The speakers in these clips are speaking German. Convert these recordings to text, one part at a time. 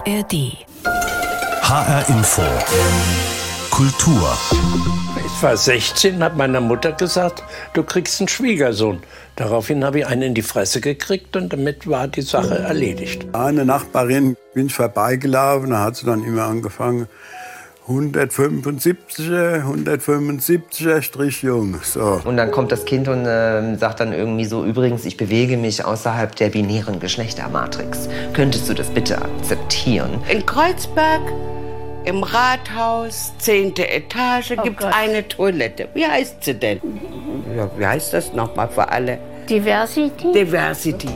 ARD. HR Info. Kultur. Ich war 16, hat meiner Mutter gesagt, du kriegst einen Schwiegersohn. Daraufhin habe ich einen in die Fresse gekriegt und damit war die Sache erledigt. Eine Nachbarin bin ich vorbeigelaufen, da hat sie dann immer angefangen, 175er, 175er Strichjung. So. Und dann kommt das Kind und sagt dann irgendwie so, übrigens, ich bewege mich außerhalb der binären Geschlechtermatrix. Könntest du das bitte akzeptieren? In Kreuzberg, im Rathaus, 10. Etage, gibt es eine Toilette. Wie heißt sie denn? Ja, wie heißt das nochmal für alle? Diversity. Diversity.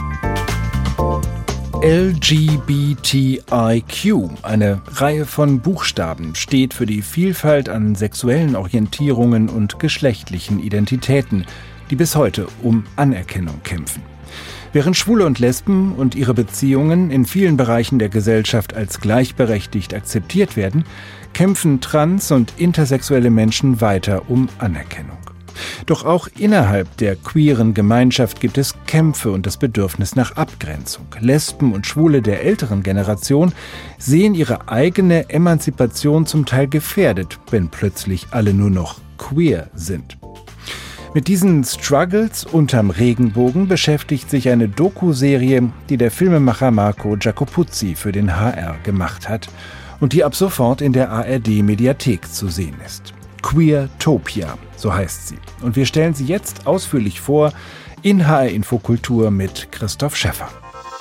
LGBTIQ, eine Reihe von Buchstaben, steht für die Vielfalt an sexuellen Orientierungen und geschlechtlichen Identitäten, die bis heute um Anerkennung kämpfen. Während Schwule und Lesben und ihre Beziehungen in vielen Bereichen der Gesellschaft als gleichberechtigt akzeptiert werden, kämpfen trans- und intersexuelle Menschen weiter um Anerkennung. Doch auch innerhalb der queeren Gemeinschaft gibt es Kämpfe und das Bedürfnis nach Abgrenzung. Lesben und Schwule der älteren Generation sehen ihre eigene Emanzipation zum Teil gefährdet, wenn plötzlich alle nur noch queer sind. Mit diesen Struggles unterm Regenbogen beschäftigt sich eine Doku-Serie, die der Filmemacher Marco Giacopuzzi für den HR gemacht hat und die ab sofort in der ARD-Mediathek zu sehen ist. Queertopia, so heißt sie. Und wir stellen sie jetzt ausführlich vor in HR Infokultur mit Christoph Schäffer.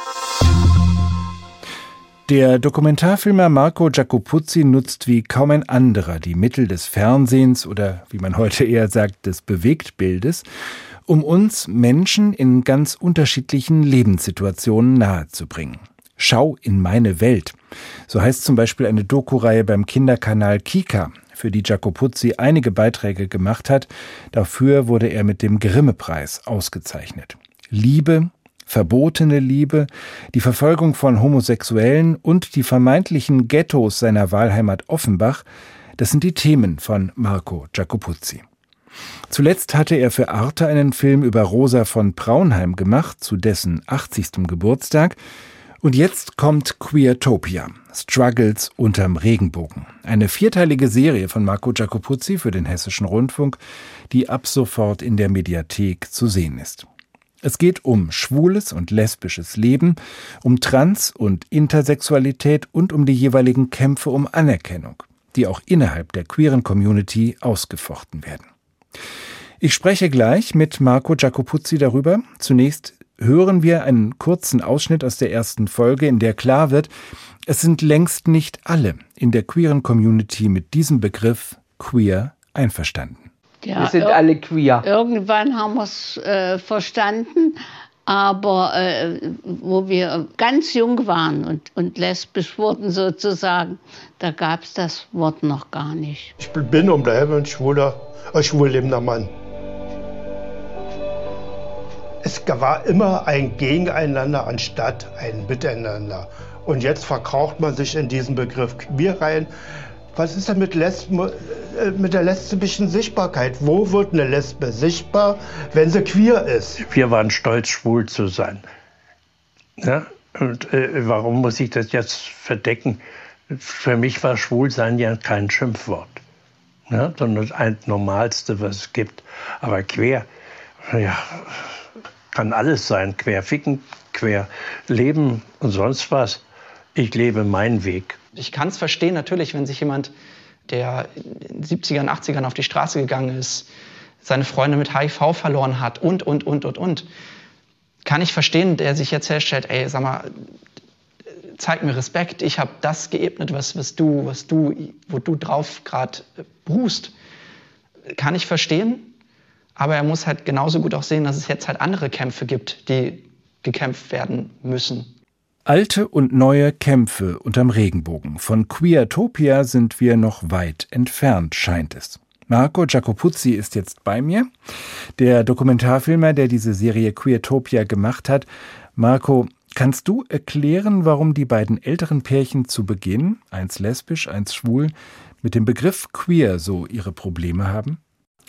Der Dokumentarfilmer Marco Giacopuzzi nutzt wie kaum ein anderer die Mittel des Fernsehens oder, wie man heute eher sagt, des Bewegtbildes, um uns Menschen in ganz unterschiedlichen Lebenssituationen nahezubringen. Schau in meine Welt. So heißt zum Beispiel eine Doku-Reihe beim Kinderkanal Kika, für die Giacopuzzi einige Beiträge gemacht hat. Dafür wurde er mit dem Grimme-Preis ausgezeichnet. Liebe, verbotene Liebe, die Verfolgung von Homosexuellen und die vermeintlichen Ghettos seiner Wahlheimat Offenbach, das sind die Themen von Marco Giacopuzzi. Zuletzt hatte er für Arte einen Film über Rosa von Braunheim gemacht, zu dessen 80. Geburtstag. Und jetzt kommt Queertopia, Struggles unterm Regenbogen. Eine 4-teilige Serie von Marco Giacopuzzi für den Hessischen Rundfunk, die ab sofort in der Mediathek zu sehen ist. Es geht um schwules und lesbisches Leben, um Trans- und Intersexualität und um die jeweiligen Kämpfe um Anerkennung, die auch innerhalb der queeren Community ausgefochten werden. Ich spreche gleich mit Marco Giacopuzzi darüber. Zunächst hören wir einen kurzen Ausschnitt aus der ersten Folge, in der klar wird, es sind längst nicht alle in der queeren Community mit diesem Begriff queer einverstanden. Ja, wir sind alle queer. Irgendwann haben wir es verstanden, aber wo wir ganz jung waren und lesbisch wurden sozusagen, da gab es das Wort noch gar nicht. Ich bin und bleibe ein schwul lebender Mann. Es war immer ein Gegeneinander anstatt ein Miteinander. Und jetzt verkraucht man sich in diesen Begriff queer rein. Was ist denn mit der lesbischen Sichtbarkeit? Wo wird eine Lesbe sichtbar, wenn sie queer ist? Wir waren stolz, schwul zu sein. Ja? Und warum muss ich das jetzt verdecken? Für mich war Schwulsein ja kein Schimpfwort, ja? Sondern das Normalste, was es gibt. Aber queer, ja, kann alles sein. Quer ficken, quer leben und sonst was. Ich lebe meinen Weg. Ich kann es verstehen, natürlich, wenn sich jemand, der in den 70ern, 80ern auf die Straße gegangen ist, seine Freunde mit HIV verloren hat und. Kann ich verstehen, der sich jetzt herstellt, ey, sag mal, zeig mir Respekt, ich habe das geebnet, wo du drauf gerade ruhst. Kann ich verstehen, aber er muss halt genauso gut auch sehen, dass es jetzt halt andere Kämpfe gibt, die gekämpft werden müssen. Alte und neue Kämpfe unterm Regenbogen. Von Queertopia sind wir noch weit entfernt, scheint es. Marco Giacopuzzi ist jetzt bei mir, der Dokumentarfilmer, der diese Serie Queertopia gemacht hat. Marco, kannst du erklären, warum die beiden älteren Pärchen zu Beginn, eins lesbisch, eins schwul, mit dem Begriff queer so ihre Probleme haben?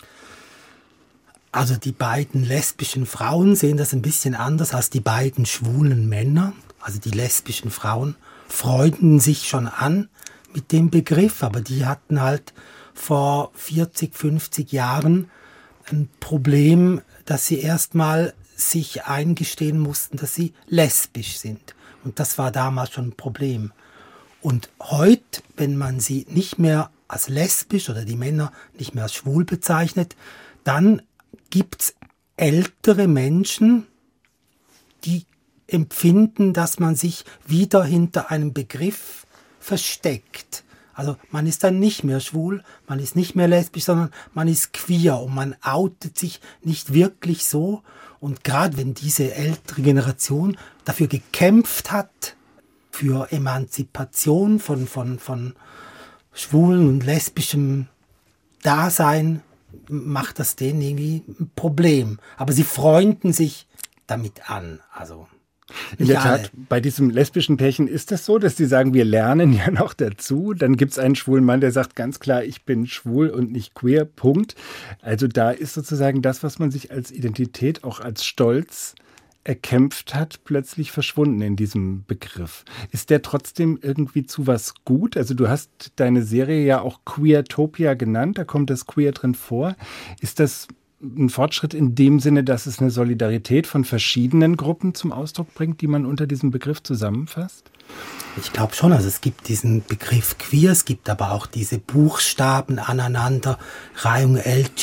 Also die beiden lesbischen Frauen sehen das ein bisschen anders als die beiden schwulen Männer. Also die lesbischen Frauen freunden sich schon an mit dem Begriff, aber die hatten halt vor 40, 50 Jahren ein Problem, dass sie erstmal sich eingestehen mussten, dass sie lesbisch sind. Und das war damals schon ein Problem. Und heute, wenn man sie nicht mehr als lesbisch oder die Männer nicht mehr als schwul bezeichnet, dann gibt's ältere Menschen, die empfinden, dass man sich wieder hinter einem Begriff versteckt. Also man ist dann nicht mehr schwul, man ist nicht mehr lesbisch, sondern man ist queer und man outet sich nicht wirklich so. Und gerade wenn diese ältere Generation dafür gekämpft hat, für Emanzipation von schwulen und lesbischem Dasein, macht das denen irgendwie ein Problem. Aber sie freunden sich damit an. Also in der Tat, bei diesem lesbischen Pärchen ist das so, dass die sagen, wir lernen ja noch dazu. Dann gibt es einen schwulen Mann, der sagt ganz klar, ich bin schwul und nicht queer, Punkt. Also da ist sozusagen das, was man sich als Identität, auch als Stolz erkämpft hat, plötzlich verschwunden in diesem Begriff. Ist der trotzdem irgendwie zu was gut? Also du hast deine Serie ja auch Queertopia genannt, da kommt das Queer drin vor. Ist das ein Fortschritt in dem Sinne, dass es eine Solidarität von verschiedenen Gruppen zum Ausdruck bringt, die man unter diesem Begriff zusammenfasst? Ich glaube schon, also es gibt diesen Begriff queer, es gibt aber auch diese Buchstaben aneinander, Reihung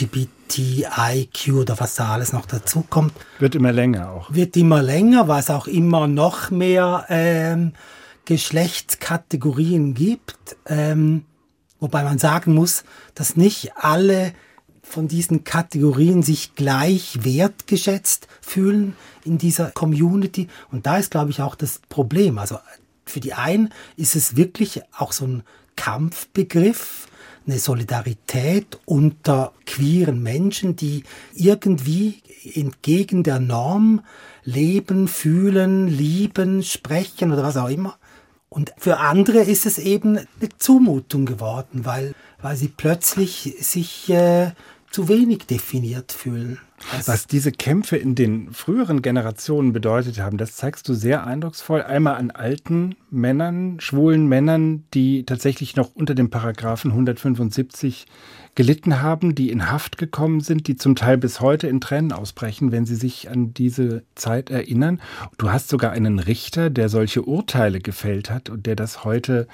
LGBTIQ oder was da alles noch dazu kommt. Wird immer länger auch. Wird immer länger, weil es auch immer noch mehr Geschlechtskategorien gibt. Wobei man sagen muss, dass nicht alle von diesen Kategorien sich gleich wertgeschätzt fühlen in dieser Community. Und da ist, glaube ich, auch das Problem. Also für die einen ist es wirklich auch so ein Kampfbegriff, eine Solidarität unter queeren Menschen, die irgendwie entgegen der Norm leben, fühlen, lieben, sprechen oder was auch immer. Und für andere ist es eben eine Zumutung geworden, weil sie plötzlich sich zu wenig definiert fühlen. Was diese Kämpfe in den früheren Generationen bedeutet haben, das zeigst du sehr eindrucksvoll. Einmal an alten Männern, schwulen Männern, die tatsächlich noch unter dem Paragraphen 175 gelitten haben, die in Haft gekommen sind, die zum Teil bis heute in Tränen ausbrechen, wenn sie sich an diese Zeit erinnern. Du hast sogar einen Richter, der solche Urteile gefällt hat und der das heute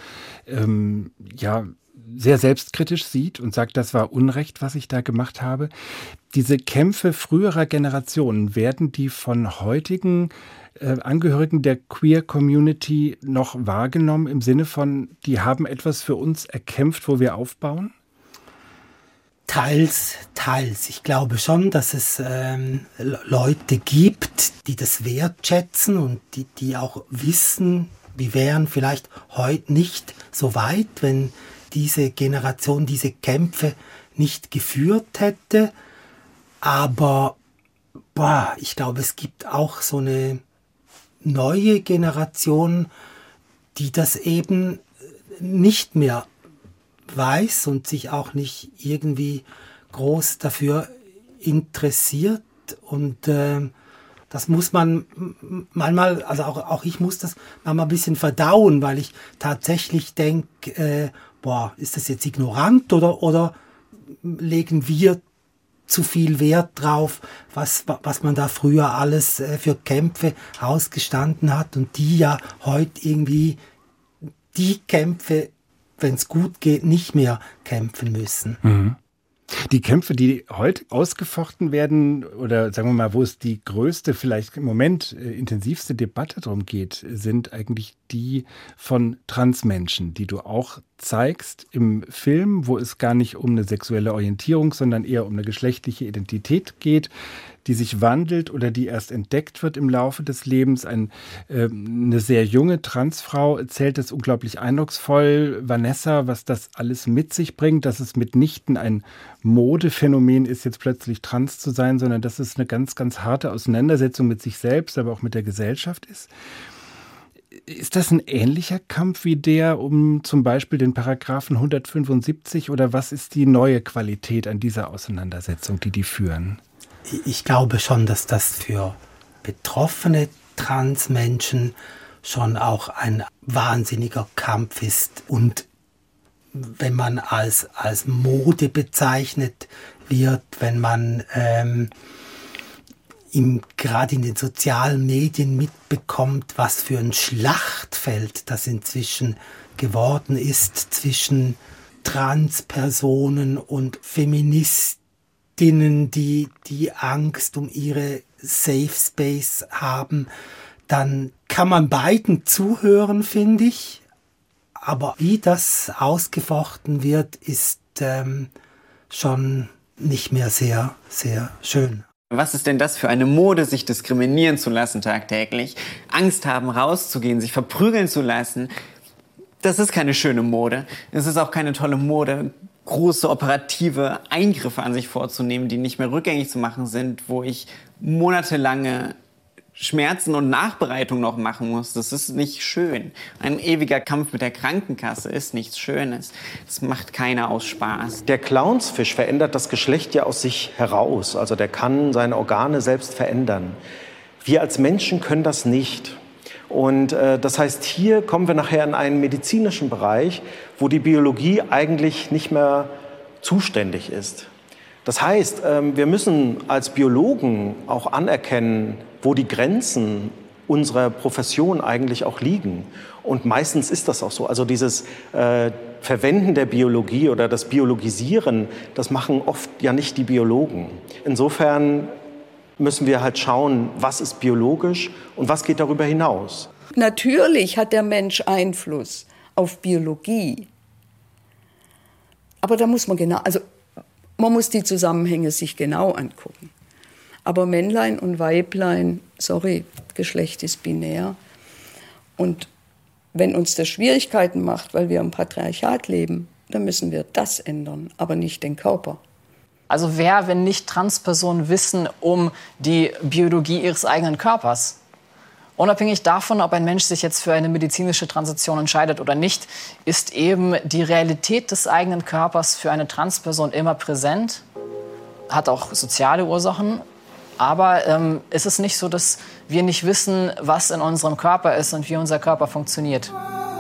sehr selbstkritisch sieht und sagt, das war Unrecht, was ich da gemacht habe. Diese Kämpfe früherer Generationen, werden die von heutigen Angehörigen der Queer-Community noch wahrgenommen im Sinne von, die haben etwas für uns erkämpft, wo wir aufbauen? Teils. Ich glaube schon, dass es Leute gibt, die das wertschätzen und die auch wissen, wir wären vielleicht heute nicht so weit, wenn diese Generation diese Kämpfe nicht geführt hätte. Aber ich glaube, es gibt auch so eine neue Generation, die das eben nicht mehr weiß und sich auch nicht irgendwie groß dafür interessiert. Und das muss man manchmal, also auch ich muss das manchmal ein bisschen verdauen, weil ich tatsächlich denke, ist das jetzt ignorant oder legen wir zu viel Wert drauf, was man da früher alles für Kämpfe ausgestanden hat und die ja heute irgendwie die Kämpfe, wenn es gut geht, nicht mehr kämpfen müssen. Mhm. Die Kämpfe, die heute ausgefochten werden, oder sagen wir mal, wo es die größte, vielleicht im Moment intensivste Debatte darum geht, sind eigentlich die von Transmenschen, die du auch zeigst im Film, wo es gar nicht um eine sexuelle Orientierung, sondern eher um eine geschlechtliche Identität geht, die sich wandelt oder die erst entdeckt wird im Laufe des Lebens. Eine sehr junge Transfrau erzählt es unglaublich eindrucksvoll, Vanessa, was das alles mit sich bringt, dass es mitnichten ein Modephänomen ist, jetzt plötzlich trans zu sein, sondern dass es eine ganz, ganz harte Auseinandersetzung mit sich selbst, aber auch mit der Gesellschaft ist. Ist das ein ähnlicher Kampf wie der um zum Beispiel den Paragraphen 175 oder was ist die neue Qualität an dieser Auseinandersetzung, die führen? Ich glaube schon, dass das für betroffene Transmenschen schon auch ein wahnsinniger Kampf ist. Und wenn man als Mode bezeichnet wird, wenn man gerade in den sozialen Medien mitbekommt, was für ein Schlachtfeld das inzwischen geworden ist zwischen Transpersonen und Feministinnen, die Angst um ihre Safe Space haben, dann kann man beiden zuhören, finde ich. Aber wie das ausgefochten wird, ist schon nicht mehr sehr, sehr schön. Was ist denn das für eine Mode, sich diskriminieren zu lassen tagtäglich? Angst haben, rauszugehen, sich verprügeln zu lassen. Das ist keine schöne Mode. Es ist auch keine tolle Mode, große operative Eingriffe an sich vorzunehmen, die nicht mehr rückgängig zu machen sind, wo ich monatelange Schmerzen und Nachbereitung noch machen muss. Das ist nicht schön. Ein ewiger Kampf mit der Krankenkasse ist nichts Schönes. Das macht keiner aus Spaß. Der Clownsfisch verändert das Geschlecht ja aus sich heraus. Also der kann seine Organe selbst verändern. Wir als Menschen können das nicht. Und das heißt, hier kommen wir nachher in einen medizinischen Bereich, wo die Biologie eigentlich nicht mehr zuständig ist. Das heißt, wir müssen als Biologen auch anerkennen, wo die Grenzen unserer Profession eigentlich auch liegen. Und meistens ist das auch so. Also dieses Verwenden der Biologie oder das Biologisieren, das machen oft ja nicht die Biologen. Insofern müssen wir halt schauen, was ist biologisch und was geht darüber hinaus. Natürlich hat der Mensch Einfluss auf Biologie. Aber da muss man man muss die Zusammenhänge sich genau angucken. Aber Männlein und Weiblein, sorry, Geschlecht ist binär. Und wenn uns das Schwierigkeiten macht, weil wir im Patriarchat leben, dann müssen wir das ändern, aber nicht den Körper. Also wer, wenn nicht Transpersonen, wissen um die Biologie ihres eigenen Körpers? Unabhängig davon, ob ein Mensch sich jetzt für eine medizinische Transition entscheidet oder nicht, ist eben die Realität des eigenen Körpers für eine Transperson immer präsent, hat auch soziale Ursachen. Aber ist es nicht so, dass wir nicht wissen, was in unserem Körper ist und wie unser Körper funktioniert?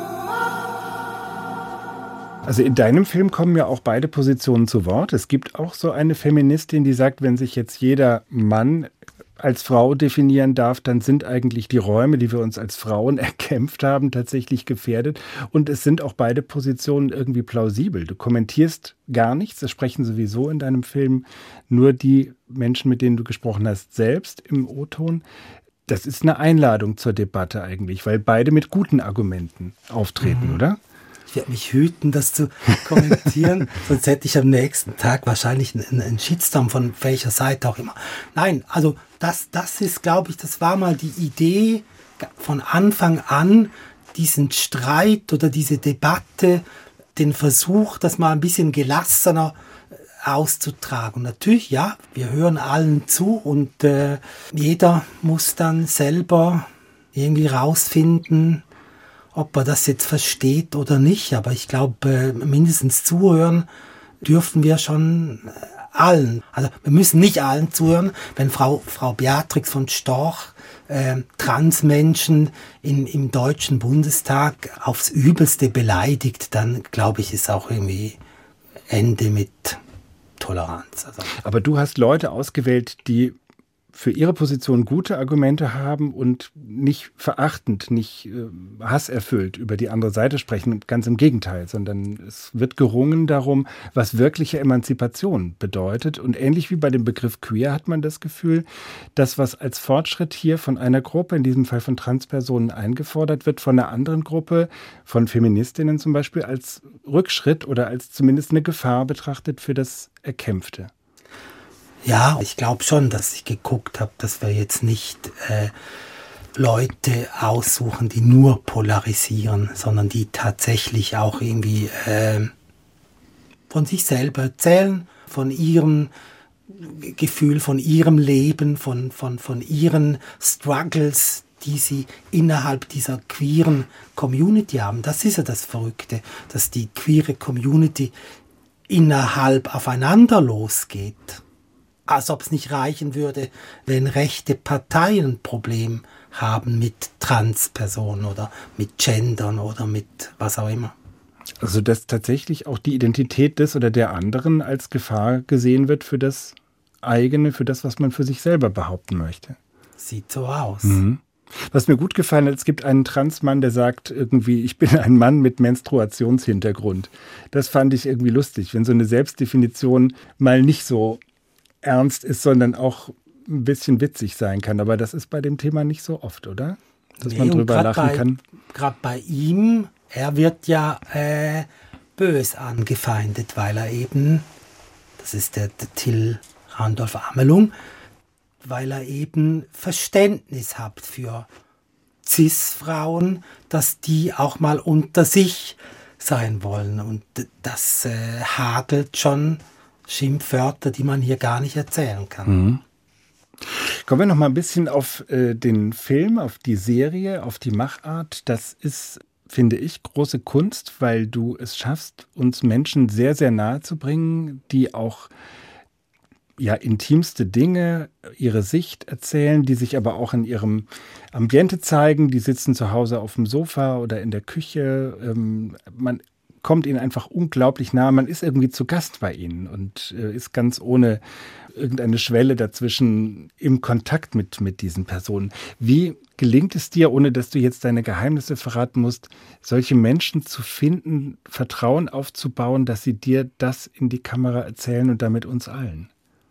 Also in deinem Film kommen ja auch beide Positionen zu Wort. Es gibt auch so eine Feministin, die sagt, wenn sich jetzt jeder Mann als Frau definieren darf, dann sind eigentlich die Räume, die wir uns als Frauen erkämpft haben, tatsächlich gefährdet. Und es sind auch beide Positionen irgendwie plausibel. Du kommentierst gar nichts, das sprechen sowieso in deinem Film nur die Menschen, mit denen du gesprochen hast, selbst im O-Ton. Das ist eine Einladung zur Debatte eigentlich, weil beide mit guten Argumenten auftreten, oder? Ich werde mich hüten, das zu kommentieren, sonst hätte ich am nächsten Tag wahrscheinlich einen Shitstorm von welcher Seite auch immer. Nein, also das ist, glaube ich, das war mal die Idee von Anfang an, diesen Streit oder diese Debatte, den Versuch, das mal ein bisschen gelassener auszutragen. Und natürlich, ja, wir hören allen zu und jeder muss dann selber irgendwie rausfinden, ob er das jetzt versteht oder nicht. Aber ich glaube, mindestens zuhören dürfen wir schon allen. Also wir müssen nicht allen zuhören. Wenn Frau Beatrix von Storch Transmenschen im Deutschen Bundestag aufs Übelste beleidigt, dann glaube ich, ist auch irgendwie Ende mit Toleranz. Also. Aber du hast Leute ausgewählt, die für ihre Position gute Argumente haben und nicht verachtend, nicht hasserfüllt über die andere Seite sprechen, ganz im Gegenteil, sondern es wird gerungen darum, was wirkliche Emanzipation bedeutet. Und ähnlich wie bei dem Begriff queer hat man das Gefühl, dass was als Fortschritt hier von einer Gruppe, in diesem Fall von Transpersonen, eingefordert wird, von einer anderen Gruppe, von Feministinnen zum Beispiel, als Rückschritt oder als zumindest eine Gefahr betrachtet für das Erkämpfte. Ja, ich glaube schon, dass ich geguckt habe, dass wir jetzt nicht Leute aussuchen, die nur polarisieren, sondern die tatsächlich auch irgendwie von sich selber erzählen, von ihrem Gefühl, von ihrem Leben, von ihren Struggles, die sie innerhalb dieser queeren Community haben. Das ist ja das Verrückte, dass die queere Community innerhalb aufeinander losgeht. Als ob es nicht reichen würde, wenn rechte Parteien ein Problem haben mit Transpersonen oder mit Gendern oder mit was auch immer. Also dass tatsächlich auch die Identität des oder der anderen als Gefahr gesehen wird für das eigene, für das, was man für sich selber behaupten möchte. Sieht so aus. Mhm. Was mir gut gefallen hat, es gibt einen Transmann, der sagt irgendwie, ich bin ein Mann mit Menstruationshintergrund. Das fand ich irgendwie lustig, wenn so eine Selbstdefinition mal nicht so ernst ist, sondern auch ein bisschen witzig sein kann. Aber das ist bei dem Thema nicht so oft, oder? Dass man drüber lachen kann. Gerade bei ihm, er wird ja bös angefeindet, weil er eben, das ist der Till Randolph Amelung, weil er eben Verständnis hat für Cis-Frauen, dass die auch mal unter sich sein wollen. Und das hagelt schon Schimpfwörter, die man hier gar nicht erzählen kann. Mhm. Kommen wir noch mal ein bisschen auf den Film, auf die Serie, auf die Machart. Das ist, finde ich, große Kunst, weil du es schaffst, uns Menschen sehr, sehr nahe zu bringen, die auch intimste Dinge, ihre Sicht erzählen, die sich aber auch in ihrem Ambiente zeigen. Die sitzen zu Hause auf dem Sofa oder in der Küche. Man kommt ihnen einfach unglaublich nah. Man ist irgendwie zu Gast bei ihnen und ist ganz ohne irgendeine Schwelle dazwischen im Kontakt mit diesen Personen. Wie gelingt es dir, ohne dass du jetzt deine Geheimnisse verraten musst, solche Menschen zu finden, Vertrauen aufzubauen, dass sie dir das in die Kamera erzählen und damit uns allen?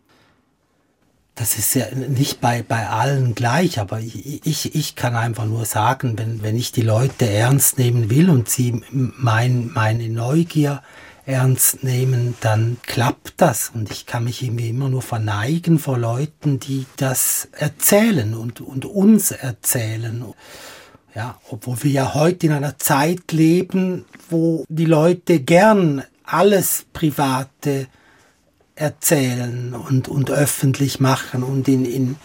Das ist ja nicht bei allen gleich, aber ich kann einfach nur sagen, wenn ich die Leute ernst nehmen will und sie meine Neugier ernst nehmen, dann klappt das. Und ich kann mich irgendwie immer nur verneigen vor Leuten, die das erzählen und uns erzählen. Ja, obwohl wir ja heute in einer Zeit leben, wo die Leute gern alles Private erzählen und öffentlich machen und in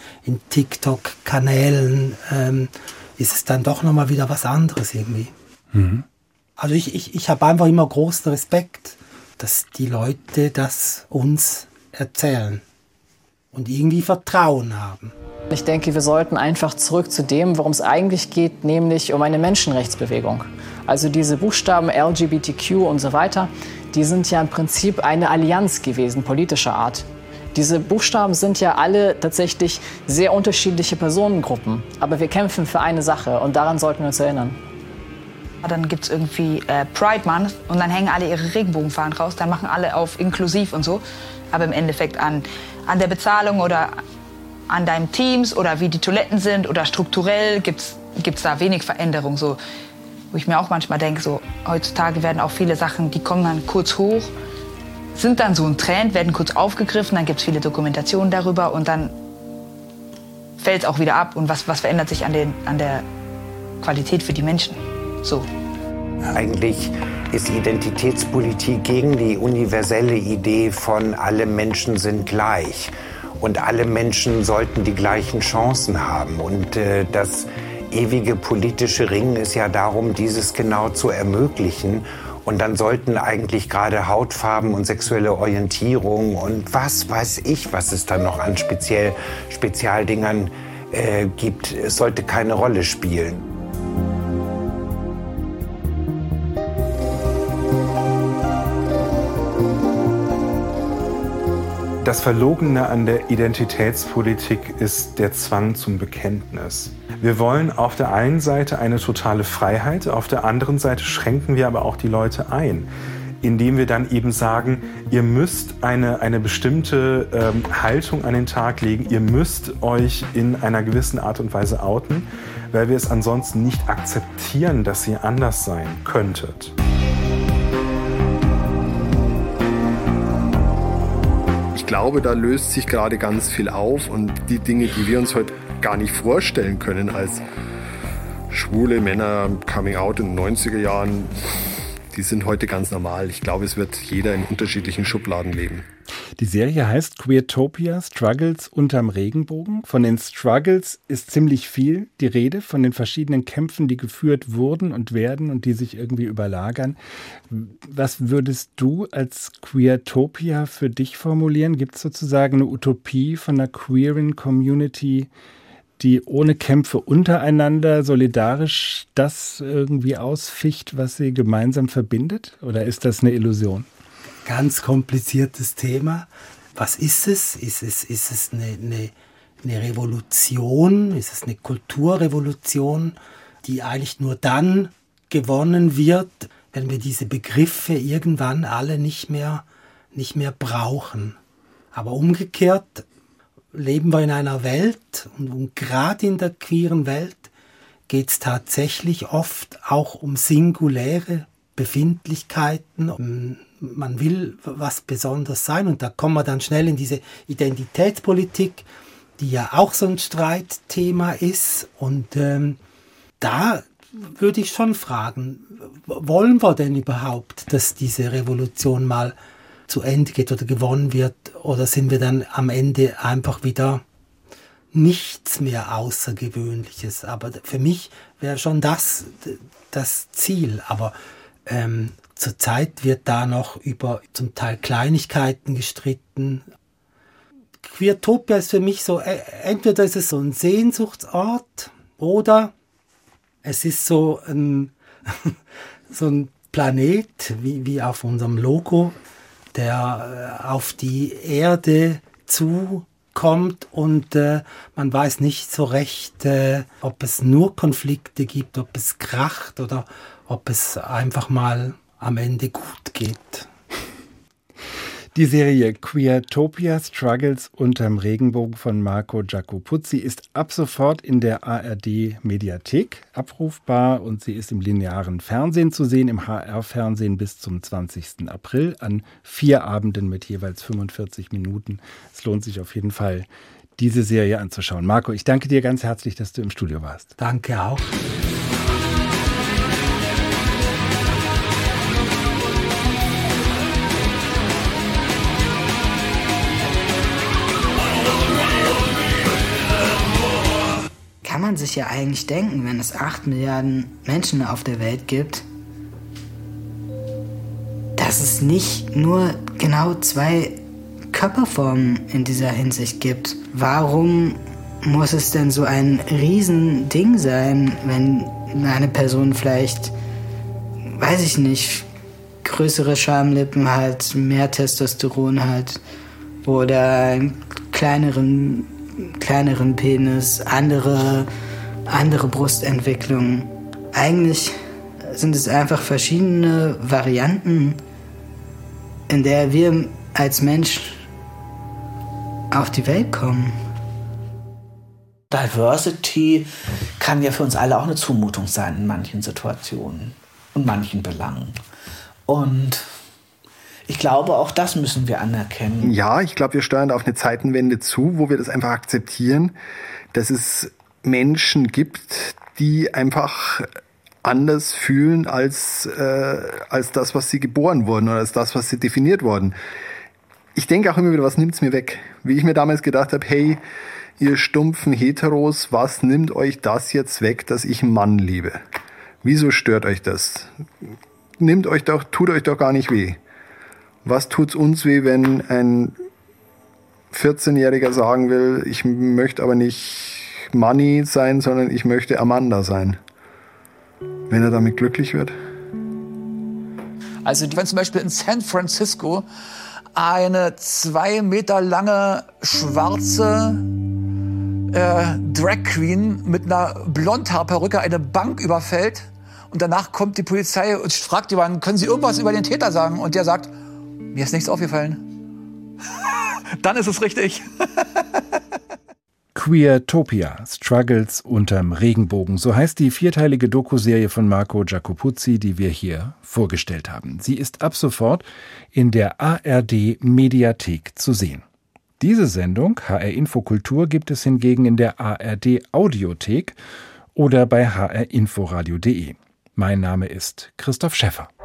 TikTok-Kanälen ist es dann doch nochmal wieder was anderes irgendwie. Mhm. Also ich habe einfach immer großen Respekt, dass die Leute das uns erzählen und irgendwie Vertrauen haben. Ich denke, wir sollten einfach zurück zu dem, worum es eigentlich geht, nämlich um eine Menschenrechtsbewegung. Also diese Buchstaben LGBTQ und so weiter, die sind ja im Prinzip eine Allianz gewesen, politischer Art. Diese Buchstaben sind ja alle tatsächlich sehr unterschiedliche Personengruppen. Aber wir kämpfen für eine Sache und daran sollten wir uns erinnern. Dann gibt es irgendwie Pride Month und dann hängen alle ihre Regenbogenfahnen raus. Dann machen alle auf inklusiv und so. Aber im Endeffekt an der Bezahlung oder an deinem Teams oder wie die Toiletten sind oder strukturell gibt's da wenig Veränderung. So, wo ich mir auch manchmal denke, so heutzutage werden auch viele Sachen, die kommen dann kurz hoch, sind dann so ein Trend, werden kurz aufgegriffen, dann gibt es viele Dokumentationen darüber und dann fällt es auch wieder ab. Und was verändert sich an der Qualität für die Menschen? So. Eigentlich ist Identitätspolitik gegen die universelle Idee von alle Menschen sind gleich und alle Menschen sollten die gleichen Chancen haben. Und das ewige politische Ringen ist ja darum, dieses genau zu ermöglichen. Und dann sollten eigentlich gerade Hautfarben und sexuelle Orientierung und was weiß ich, was es dann noch an Spezialdingern gibt, es sollte keine Rolle spielen. Das Verlogene an der Identitätspolitik ist der Zwang zum Bekenntnis. Wir wollen auf der einen Seite eine totale Freiheit, auf der anderen Seite schränken wir aber auch die Leute ein, indem wir dann eben sagen, ihr müsst eine bestimmte Haltung an den Tag legen, ihr müsst euch in einer gewissen Art und Weise outen, weil wir es ansonsten nicht akzeptieren, dass ihr anders sein könntet. Ich glaube, da löst sich gerade ganz viel auf und die Dinge, die wir uns heute gar nicht vorstellen können als schwule Männer, Coming Out in den 90er Jahren, die sind heute ganz normal. Ich glaube, es wird jeder in unterschiedlichen Schubladen leben. Die Serie heißt Queertopia, Struggles unterm Regenbogen. Von den Struggles ist ziemlich viel die Rede, von den verschiedenen Kämpfen, die geführt wurden und werden und die sich irgendwie überlagern. Was würdest du als Queertopia für dich formulieren? Gibt es sozusagen eine Utopie von einer queeren Community, die ohne Kämpfe untereinander solidarisch das irgendwie ausficht, was sie gemeinsam verbindet? Oder ist das eine Illusion? Ganz kompliziertes Thema. Was ist es? Ist es eine Revolution? Ist es eine Kulturrevolution, die eigentlich nur dann gewonnen wird, wenn wir diese Begriffe irgendwann alle nicht mehr brauchen? Aber umgekehrt leben wir in einer Welt, und gerade in der queeren Welt geht es tatsächlich oft auch um singuläre Befindlichkeiten. Man will was Besonderes sein, und da kommen wir dann schnell in diese Identitätspolitik, die ja auch so ein Streitthema ist. Und da würde ich schon fragen, wollen wir denn überhaupt, dass diese Revolution mal zu Ende geht oder gewonnen wird, oder sind wir dann am Ende einfach wieder nichts mehr Außergewöhnliches? Aber für mich wäre schon das Ziel. Aber zurzeit wird da noch über zum Teil Kleinigkeiten gestritten. Queertopia ist für mich so, entweder ist es so ein Sehnsuchtsort oder es ist so ein Planet, wie auf unserem Logo, der auf die Erde zukommt, und man weiß nicht so recht, ob es nur Konflikte gibt, ob es kracht oder ob es einfach mal am Ende gut geht. Die Serie Queertopia Struggles unterm Regenbogen von Marco Giacopuzzi ist ab sofort in der ARD-Mediathek abrufbar, und sie ist im linearen Fernsehen zu sehen, im HR-Fernsehen bis zum 20. April an 4 Abenden mit jeweils 45 Minuten. Es lohnt sich auf jeden Fall, diese Serie anzuschauen. Marco, ich danke dir ganz herzlich, dass du im Studio warst. Danke auch. Kann man sich ja eigentlich denken, wenn es 8 Milliarden Menschen auf der Welt gibt, dass es nicht nur genau 2 Körperformen in dieser Hinsicht gibt. Warum muss es denn so ein Riesending sein, wenn eine Person vielleicht, weiß ich nicht, größere Schamlippen hat, mehr Testosteron hat oder einen kleineren Penis, andere Brustentwicklung. Eigentlich sind es einfach verschiedene Varianten, in der wir als Mensch auf die Welt kommen. Diversity kann ja für uns alle auch eine Zumutung sein in manchen Situationen und manchen Belangen. Und ich glaube, auch das müssen wir anerkennen. Ja, ich glaube, wir steuern auf eine Zeitenwende zu, wo wir das einfach akzeptieren, dass es Menschen gibt, die einfach anders fühlen als das, was sie geboren wurden oder als das, was sie definiert wurden. Ich denke auch immer wieder, was nimmt's mir weg? Wie ich mir damals gedacht habe, hey, ihr stumpfen Heteros, was nimmt euch das jetzt weg, dass ich einen Mann liebe? Wieso stört euch das? Tut euch doch gar nicht weh. Was tut's uns weh, wenn ein 14-Jähriger sagen will, ich möchte aber nicht Manni sein, sondern ich möchte Amanda sein? Wenn er damit glücklich wird? Also wenn zum Beispiel in San Francisco eine 2 Meter lange schwarze Drag Queen mit einer Blondhaarperücke eine Bank überfällt und danach kommt die Polizei und fragt jemanden, können Sie irgendwas über den Täter sagen? Und der sagt, mir ist nichts aufgefallen. Dann ist es richtig. Queertopia, Struggles unterm Regenbogen. So heißt die 4-teilige Dokuserie von Marco Giacopuzzi, die wir hier vorgestellt haben. Sie ist ab sofort in der ARD-Mediathek zu sehen. Diese Sendung, HR Info Kultur, gibt es hingegen in der ARD-Audiothek oder bei hrinforadio.de. Mein Name ist Christoph Schäffer.